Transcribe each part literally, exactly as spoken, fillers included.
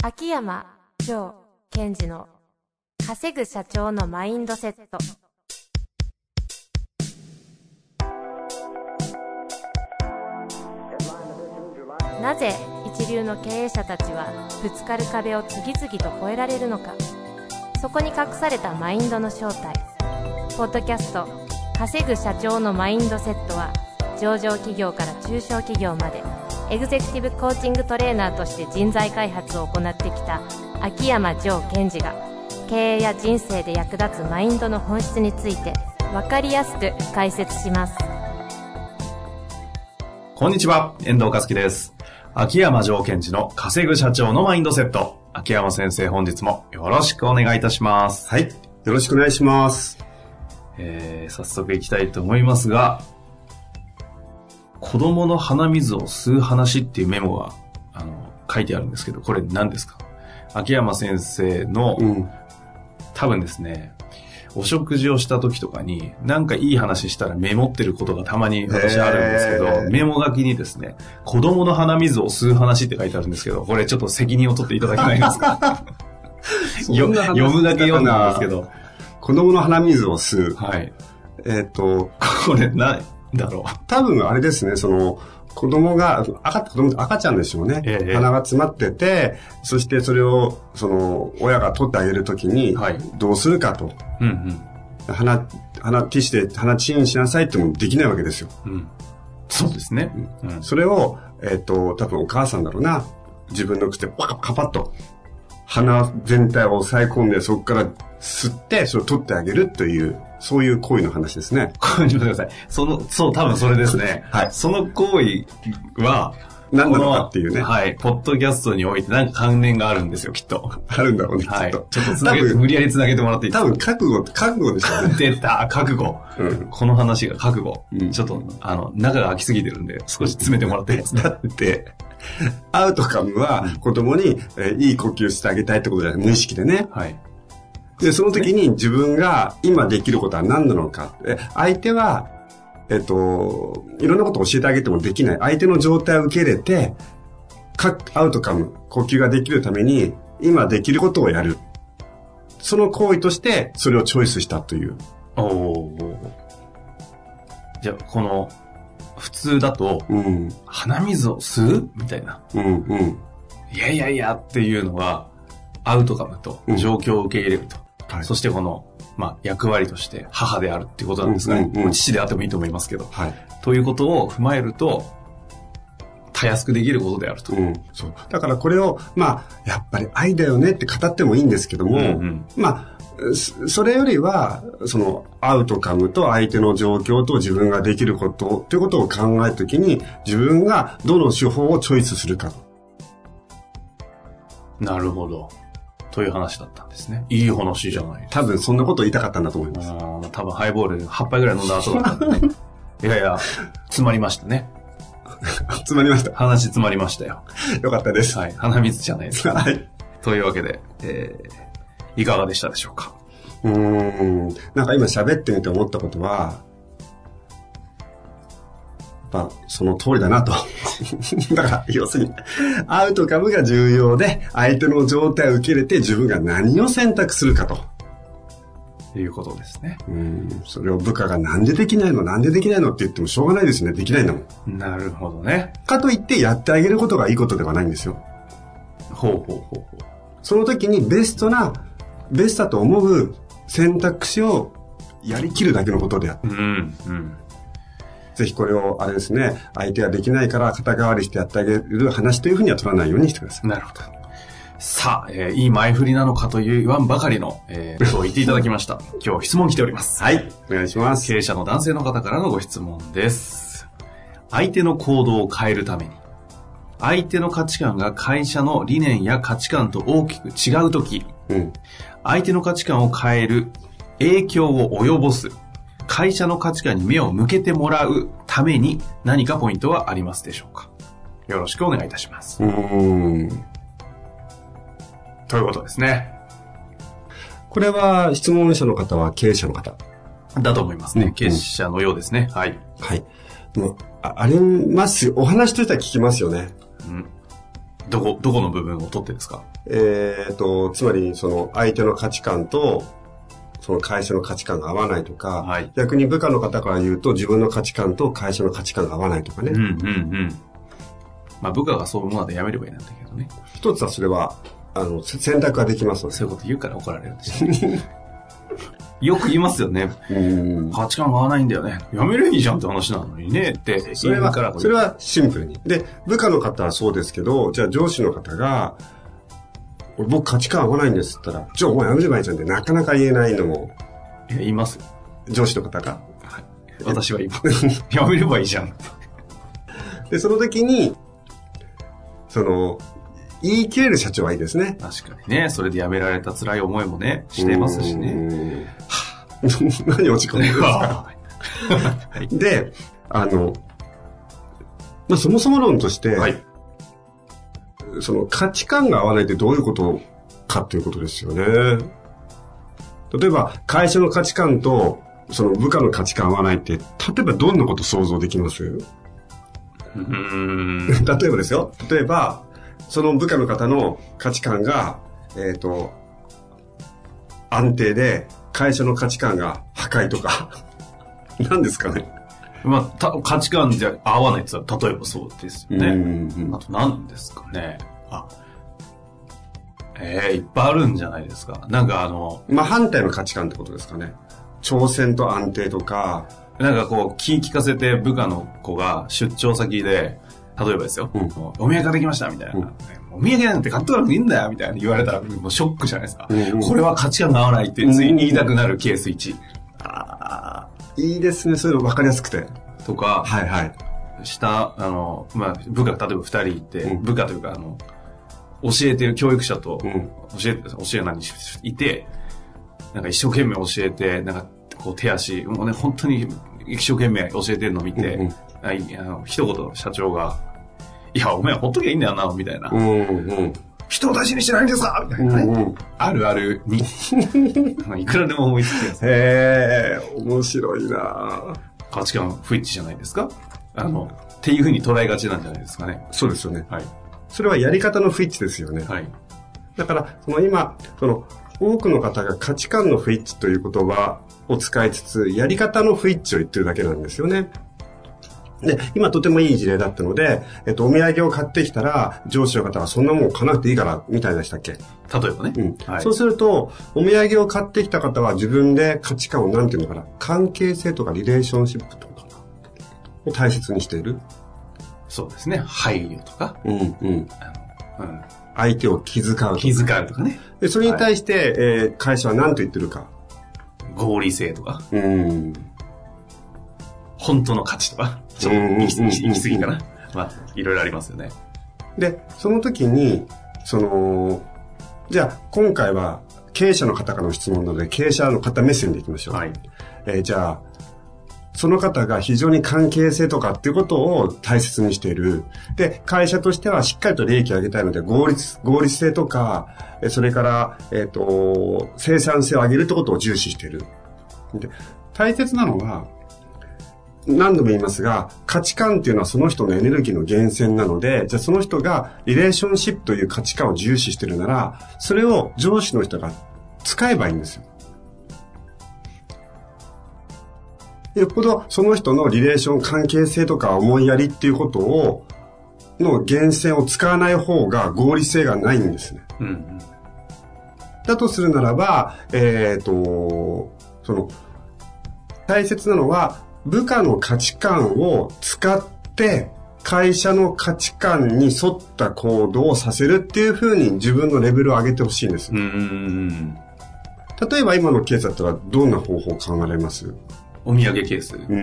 秋山城賢治の稼ぐ社長のマインドセット。なぜ一流の経営者たちはぶつかる壁を次々と越えられるのか。そこに隠されたマインドの正体。ポッドキャスト稼ぐ社長のマインドセットは、上場企業から中小企業までエグゼクティブコーチングトレーナーとして人材開発を行ってきた秋山城賢治が、経営や人生で役立つマインドの本質について分かりやすく解説します。 こんにちは、遠藤和樹です。秋山城賢治の稼ぐ社長のマインドセット。秋山先生、本日もよろしくお願いいたします。 はい、よろしくお願いします。 えー、早速いきたいと思いますが、子供の鼻水を吸う話っていうメモがあの書いてあるんですけど、これ何ですか？秋山先生の、うん、多分ですね、お食事をした時とかになんかいい話したらメモってることがたまに私あるんですけど、メモ書きにですね、子供の鼻水を吸う話って書いてあるんですけど、これちょっと責任を取っていただけないですか？読むだけ読んだんですけど、 子供の鼻水を吸う。 はい。 えっと、 これ何だろう。 多分あれですね、その、子供が、赤、子供、赤ちゃんでしょうね。ええ、鼻が詰まってて、そしてそれを、その、親が取ってあげるときに、どうするかと。はいうんうん、鼻、鼻、ティッシュで鼻チンしなさいってもできないわけですよ。 うん、そうですね。 うん、それを、えっと、多分お母さんだろうな。自分の口でパカパカッと、鼻全体を押さえ込んで、そこから吸って、それを取ってあげるという、そういう行為の話ですね。 ごめんなさい。その、そう、多分それですね。はい。その行為は、 何なのかっていうね。 はい。ポッドキャストにおいてなんか関連があるんですよ、きっと。 あるんだろうね、 はい、 きっと。 ちょっとつなげて、無理やりつなげてもらっていいですか？ 多分、覚悟、覚悟でしょうね。 出た、覚悟、うん。この話が覚悟。うん、ちょっと、あの、中が空きすぎてるんで、少し詰めてもらっていいですか？ だって、アウトカムは子供に、えー、いい呼吸してあげたいってことじゃない、無意識でね。はい。で、その時に自分が今できることは何なのか。え相手は、えっと、いろんなことを教えてあげてもできない。相手の状態を受け入れて、かアウトカム、呼吸ができるために、今できることをやる。その行為として、それをチョイスしたという。 おー。じゃあ、この、普通だと、うん、鼻水を吸うみたいな。うんうん。いやいやいやっていうのは、アウトカムと状況を受け入れると。うんはい、そしてこの、まあ、役割として母であるっていうことなんですが、ね、うんうんうん、父であってもいいと思いますけど、はい、ということを踏まえると、たやすくできることであると。うん、 そうだからこれを、まあ、やっぱり愛だよねって語ってもいいんですけども、うんうん、まあ、それよりは、その、アウトカムと相手の状況と自分ができることということを考えるときに、自分がどの手法をチョイスするか。 なるほど。という話だったんですね。いい話じゃないですか。 多分そんなことを言いたかったんだと思います。 あ多分ハイボールはっぱいぐらい飲んだ後だったんでね。いやいや、詰まりましたね。 詰まりました。 話詰まりましたよ。 よかったです。 はい。鼻水じゃないですか。はい。というわけで、えー、いかがでしたでしょうか？ うーん。なんか今喋ってみて思ったことは、やっぱその通りだなと。だから要するにアウトカムが重要で相手の状態を受け入れて自分が何を選択するかということですね。 うん。それを部下がなんでできないのなんでできないのって言ってもしょうがないですね。できないんだもん。 なるほどね。 かといってやってあげることがいいことではないんですよ。 ほうほうほうほう。 その時にベストなベストだと思う選択肢をやりきるだけのことであって、うんうん、ぜひこれをあれですね、相手ができないから肩代わりしてやってあげる話というふうには取らないようにしてください。 なるほど。さあ、えー、いい前振りなのかという言わんばかりの、えー、ことを言っていただきました。今日質問来ております。 はい、お願いします。 経営者の男性の方からのご質問です。相手の行動を変えるために、相手の価値観が会社の理念や価値観と大きく違うとき、うん、相手の価値観を変える影響を及ぼす会社の価値観に目を向けてもらうために何かポイントはありますでしょうか？よろしくお願いいたします。うーんということですね。 これは質問者の方は経営者の方だと思いますね。うん、経営者のようですね。はい。 はい。もう あ, ありますお話としては聞きますよね。うん。 どこ、どこの部分を取ってですか？ えーと、つまり、その、相手の価値観と、その会社の価値観が合わないとか、はい、逆に部下の方から言うと、自分の価値観と会社の価値観が合わないとかね。 うんうんうん。まあ、部下がそう思うのでやめればいいんだけどね。 一つはそれは、あの、選択ができますので。 そういうこと言うから怒られるんですよ。よく言いますよね。うん価値観が合わないんだよね。やめればいいじゃんって話なのにねって。 それは、それはシンプルに。で、部下の方はそうですけど、じゃあ上司の方が、僕価値観合わないんですって言ったら、じゃあお前やめればいいじゃんってなかなか言えないのも。 いや、言いますよ。 上司の方が。 はい。私は言います。やめればいいじゃん。 で、その時に、その、言い切れる社長はいいですね。 確かにね。それで辞められた辛い思いもね、してますしね。 何落ち込んでるんですかで、あの、まあ、そもそも論として、はい、その価値観が合わないってどういうことかっていうことですよね。例えば、会社の価値観と、その部下の価値観合わないって、例えばどんなこと想像できます？うーん例えばですよ。例えば、その部下の方の価値観が、えっと、安定で、会社の価値観が破壊とか。何ですかね。 まあ、た価値観じゃ合わないって言ったら、例えばそうですよね。うんうん、あと何ですかね。あ、ええー、いっぱいあるんじゃないですか。なんかあの。 まあ、反対の価値観ってことですかね。挑戦と安定とか。 なんかこう、気利かせて部下の子が出張先で、例えばですよ、うん、お土産買ってきましたみたいな、うん、お土産なんて買ってからもいいんだよみたいな言われたらもうショックじゃないですか、うんうん、これは価値観が合わないってついに言いたくなるケースいち、うんうん、 あいいですね、そういうの分かりやすくてとか、 はいはい、 下あの、まあ、部下例えばふたりいて、うん、部下というかあの教えてる教育者と、うん、教え教え何いてなんか一生懸命教えてなんかこう手足もうね本当に一生懸命教えてるのを見て、うんうん、ああの一言社長がいやお前ほっときゃいいんだよなみたいな、うんうん、人を大事にしてないんですかみたいな、ねうんうん、あるあるにいくらでも思いつきます、 ね、へえ面白いな価値観不一致じゃないですかあのっていうふうに捉えがちなんじゃないですかね。 そうですよね、はい、それはやり方の不一致ですよね、はい、だからその今その多くの方が価値観の不一致という言葉を使いつつやり方の不一致を言ってるだけなんですよね。で、今とてもいい事例だったので、えっと、お土産を買ってきたら、上司の方はそんなもん買わなくていいから、みたいでしたっけ？ 例えばね。 うん。はい、そうすると、お土産を買ってきた方は自分で価値観をなんていうのかな、関係性とかリレーションシップとかを大切にしている。 そうですね。配慮とか。 うん、うん。あの、うん。相手を気遣うとか。 気遣うとかね。 で、それに対して、はい、えー、会社は何と言ってるか。 合理性とか。 うん。 本当の価値とか。ちょっと行き過ぎかな。まあ、いろいろありますよね。 で、その時に、その、じゃあ、今回は経営者の方からの質問なので、経営者の方目線でいきましょう。はい。えー、じゃあ、その方が非常に関係性とかっていうことを大切にしている。で、会社としてはしっかりと利益を上げたいので、合理、合理性とか、それから、えっと、生産性を上げるってことを重視している。で、大切なのは、何度も言いますが、価値観っていうのはその人のエネルギーの源泉なので、じゃあその人がリレーションシップという価値観を重視しているなら、それを上司の人が使えばいいんですよ。よっぽどその人のリレーション関係性とか思いやりっていうことを、の源泉を使わない方が合理性がないんですね。うんうん、だとするならば、えっと、その、大切なのは、部下の価値観を使って会社の価値観に沿った行動をさせるっていう風に自分のレベルを上げてほしいんです。うんうんうん、例えば今のケースだったらどんな方法を考えられます？ お土産ケース。うん、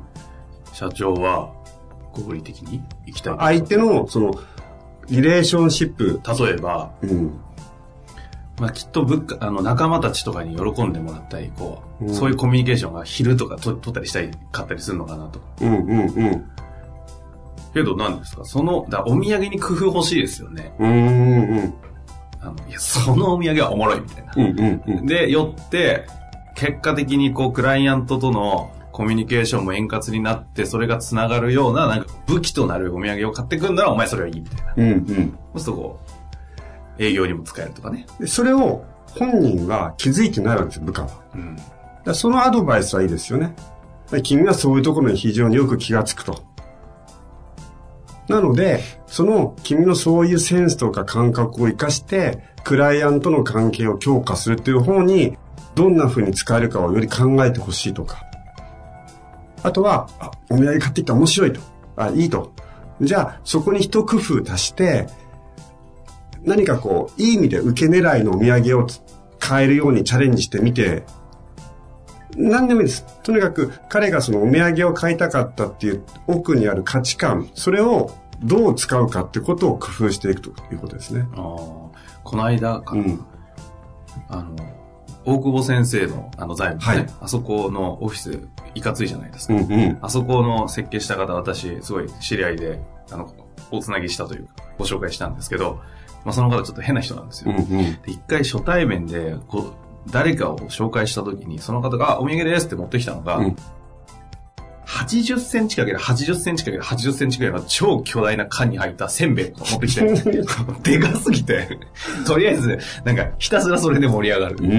社長は合理的に行きたい。 相手のそのリレーションシップ。 例えば、うんまあ、きっと部下あの仲間たちとかに喜んでもらったりこう、うん、そういうコミュニケーションが昼とかと取ったりしたり買ったりするのかなと。うんうんうん。けど何ですかそのだお土産に工夫欲しいですよね。うんうんうん。あのいやそのお土産はおもろいみたいな。うんうんうん。でよって結果的にこうクライアントとのコミュニケーションも円滑になって、それがつながるような、なんか武器となるお土産を買ってくんなら、お前それはいいみたいな。うんうん。そうするとこう、営業にも使えるとかね。 でそれを本人は気づいてないわけですよ、部下は。うん、だそのアドバイスはいいですよね。君はそういうところに非常によく気がつくと。なので、その君のそういうセンスとか感覚を生かして、クライアントの関係を強化するっていう方に、どんな風に使えるかをより考えてほしいとか。あとは、あ、お土産買ってきた面白いと。あ、いいと。じゃあ、そこに一工夫足して、何かこう、いい意味で受け狙いのお土産を買えるようにチャレンジしてみて、何でもいいです。とにかく彼がそのお土産を買いたかったっていう奥にある価値観、それをどう使うかってことを工夫していくということですね。あこの間かな、うん、あの大久保先生のあの財務ね、はい、あそこのオフィスいかついじゃないですか、うんうん、あそこの設計した方、私すごい知り合いであのおつなぎしたというかご紹介したんですけど、まあ、その方ちょっと変な人なんですよ。うんうん、で一回初対面でこう誰かを紹介したときに、その方が、お土産ですって持ってきたのが、うん、はちじゅっセンチかけるはちじゅっセンチかけるはちじゅっセンチくらいの超巨大な缶に入ったせんべいを持ってきて、でかすぎて、とりあえず、なんか、ひたすらそれで盛り上がる。うんうん、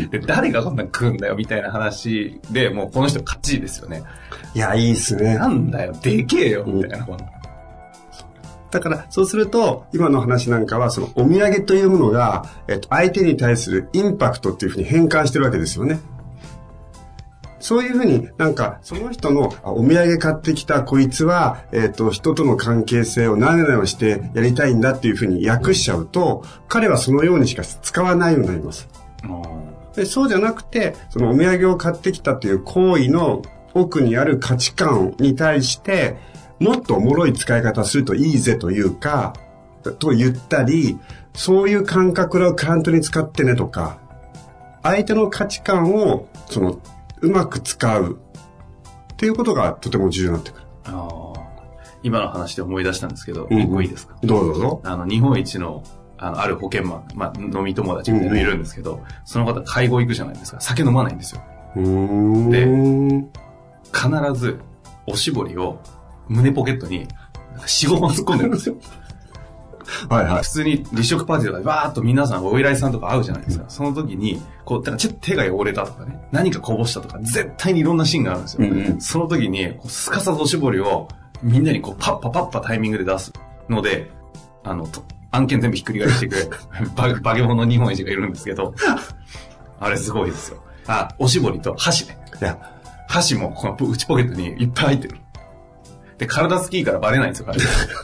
で誰がこんな食うんだよみたいな話で、もうこの人勝ちですよね。 いや、いいっすね。 なんだよ、でけえよ、みたいな。うん、 だから、そうすると、今の話なんかは、そのお土産というものが、えっと、相手に対するインパクトっていうふうに変換してるわけですよね。そういうふうになんか、その人のお土産買ってきたこいつは、えっと、人との関係性を何々をしてやりたいんだっていうふうに訳しちゃうと、彼はそのようにしか使わないようになります。で、そうじゃなくて、そのお土産を買ってきたという行為の奥にある価値観に対して、もっとおもろい使い方するといいぜというか、と言ったり、そういう感覚をクライアントに使ってねとか、相手の価値観を、その、うまく使うっていうことがとても重要になってくる。あ今の話で思い出したんですけど、一個いいですか？ どうぞどうぞ。 あの、日本一の、あの、ある保険マン、まあ、飲み友達みたいなのいるんですけど、うん、その方、介護行くじゃないですか。酒飲まないんですよ。うーんで、必ず、おしぼりを、胸ポケットによん、ごほん突っ込んでるんですよ。はいはい。普通に立食パーティーとかでわーっと皆さんお偉いさんとか会うじゃないですか。うん、その時に、こう、だからちょっと手が汚れたとかね、何かこぼしたとか、絶対にいろんなシーンがあるんですよ。うんうん、その時に、こうすかさずおしぼりをみんなにこうパッパパッパタイミングで出すので、あの、案件全部ひっくり返してくれるババケモンの日本一がいるんですけど、あれすごいですよ。あ、おしぼりと箸ね。いや、箸もこの内ポケットにいっぱい入ってる。で、体好きからバレないんですよ、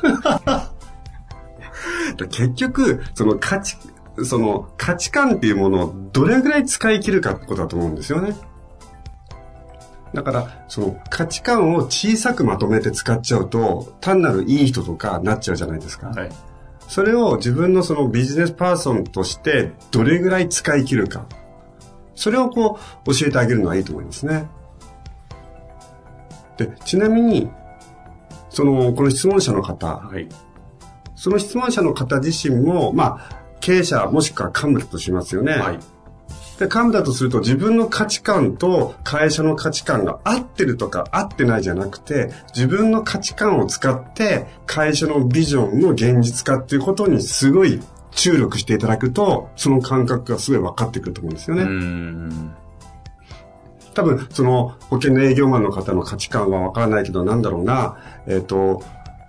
彼。 結局、その価値、その価値観っていうものをどれぐらい使い切るかってことだと思うんですよね。だから、その価値観を小さくまとめて使っちゃうと、単なるいい人とかなっちゃうじゃないですか。はい。それを自分のそのビジネスパーソンとしてどれぐらい使い切るか。それをこう教えてあげるのはいいと思いますね。で、ちなみに、その、この質問者の方、はい、その質問者の方自身も、まあ、経営者もしくは幹部だとしますよね。はい、で、幹部だとすると自分の価値観と会社の価値観が合ってるとか合ってないじゃなくて、自分の価値観を使って会社のビジョンの現実化っていうことにすごい注力していただくと、その感覚がすごい分かってくると思うんですよね。うーん多分、その、保険の営業マンの方の価値観はわからないけど、なんだろうな、えっと、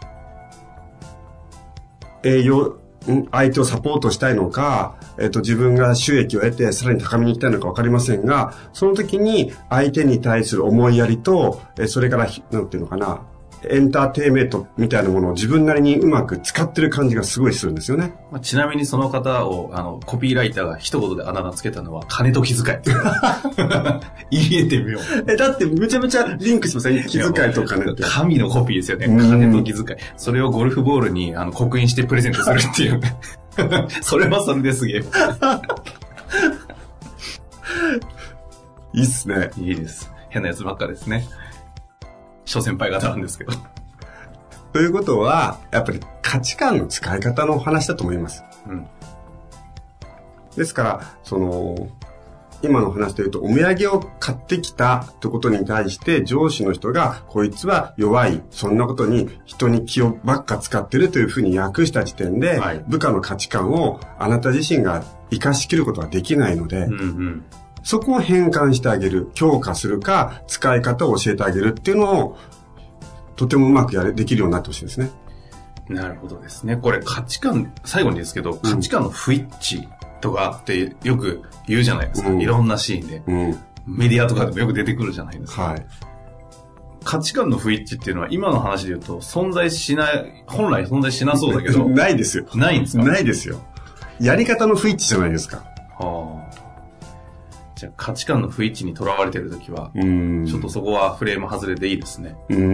営業、相手をサポートしたいのか、えっと、自分が収益を得て、さらに高みに行きたいのかわかりませんが、その時に、相手に対する思いやりと、それから、なんていうのかな、エンターテインメントみたいなものを自分なりにうまく使ってる感じがすごいするんですよね。 まあ、ちなみにその方を、あの、コピーライターが一言であだ名つけたのは、金と気遣い。言えてみよう。 え、だってめちゃめちゃリンクしません？気遣いと金って。 神のコピーですよね。金と気遣い。それをゴルフボールに、あの、刻印してプレゼントするっていう。それはそれですげえ。 いいっすね。 いいです。変なやつばっかですね。諸先輩方なんですけど。 ということは、やっぱり価値観の使い方の話だと思います。うん。ですから、その、 今の話で言うと、お土産を買ってきたってことに対して上司の人が、こいつは弱い、そんなことに人に気をばっか使ってるというふうに訳した時点で、はい、部下の価値観をあなた自身が生かしきることはできないので、うんうん、そこを変換してあげる、強化するか、使い方を教えてあげるっていうのを、とてもうまくやれ、できるようになってほしいですね。 なるほどですね。これ価値観、最後にですけど、価値観の不一致とかってよく言うじゃないですか。うん、いろんなシーンで、うん。メディアとかでもよく出てくるじゃないですか。はい。価値観の不一致っていうのは今の話で言うと存在しない、本来存在しなそうだけど。 ないですよ。 ないんですか？ ないですよ。やり方の不一致じゃないですか。 はあ。じゃあ価値観の不一致にとらわれているときは、うん、ちょっとそこはフレーム外れでいいですね。うん。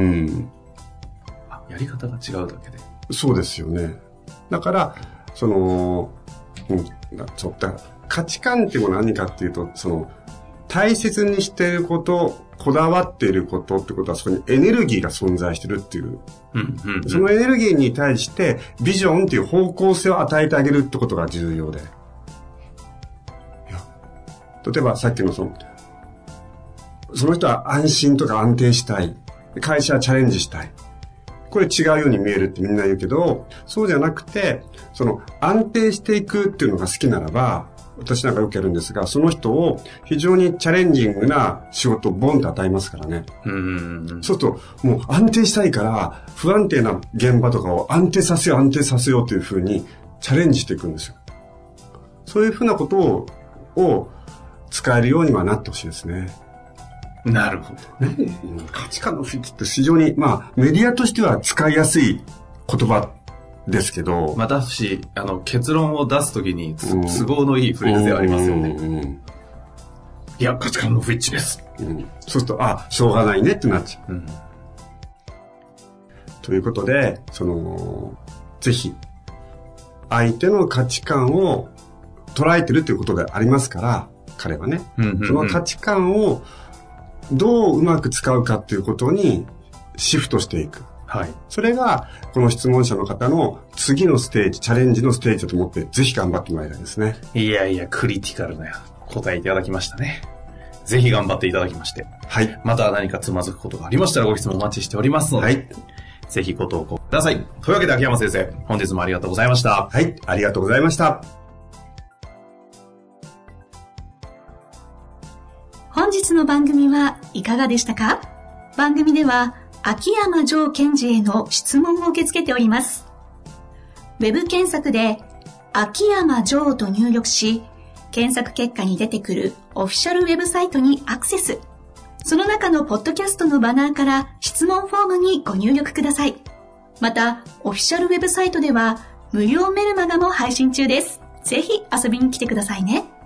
あ、やり方が違うだけで。 そうですよね。だから、その、うん、ちょっと価値観っていうものは何かっていうと、その、大切にしていること、こだわっていることってことは、そこにエネルギーが存在してるっていう。うんうんうん、そのエネルギーに対して、ビジョンっていう方向性を与えてあげるってことが重要で。いや、例えばさっきのその、その人は安心とか安定したい。会社はチャレンジしたい。これ違うように見えるってみんな言うけど、そうじゃなくて、その安定していくっていうのが好きならば、私なんかよくやるんですが、その人を非常にチャレンジングな仕事をボンと与えますからね。うんうんうん、そうすると、もう安定したいから、不安定な現場とかを安定させよう、安定させようというふうにチャレンジしていくんですよ。そういうふうなことを、を使えるようにはなってほしいですね。 なるほどね。 価値観のフィットって非常に、まあ、メディアとしては使いやすい言葉ですけど。 またし、あの、結論を出すときに、うん、都合のいいフレーズではありますよね。うんうん、いや、価値観の不一致です。 うん、そうすると、あ、しょうがないねってなっちゃう。うん、ということで、その、ぜひ、相手の価値観を捉えてるということでありますから、彼はね、うんうんうん、その価値観をどううまく使うかっていうことにシフトしていく。はい。それが、この質問者の方の次のステージ、チャレンジのステージだと思って、ぜひ頑張ってもらいたいですね。 いやいや、クリティカルな答えいただきましたね。ぜひ頑張っていただきまして。はい。また何かつまずくことがありましたらご質問お待ちしておりますので。はい。ぜひご投稿ください。というわけで秋山先生、本日もありがとうございました。 はい。ありがとうございました。 本日の番組はいかがでしたか？番組では秋山城賢治への質問を受け付けております。ウェブ検索で秋山城と入力し、検索結果に出てくるオフィシャルウェブサイトにアクセス。その中のポッドキャストのバナーから質問フォームにご入力ください。また、オフィシャルウェブサイトでは無料メルマガも配信中です。ぜひ遊びに来てくださいね。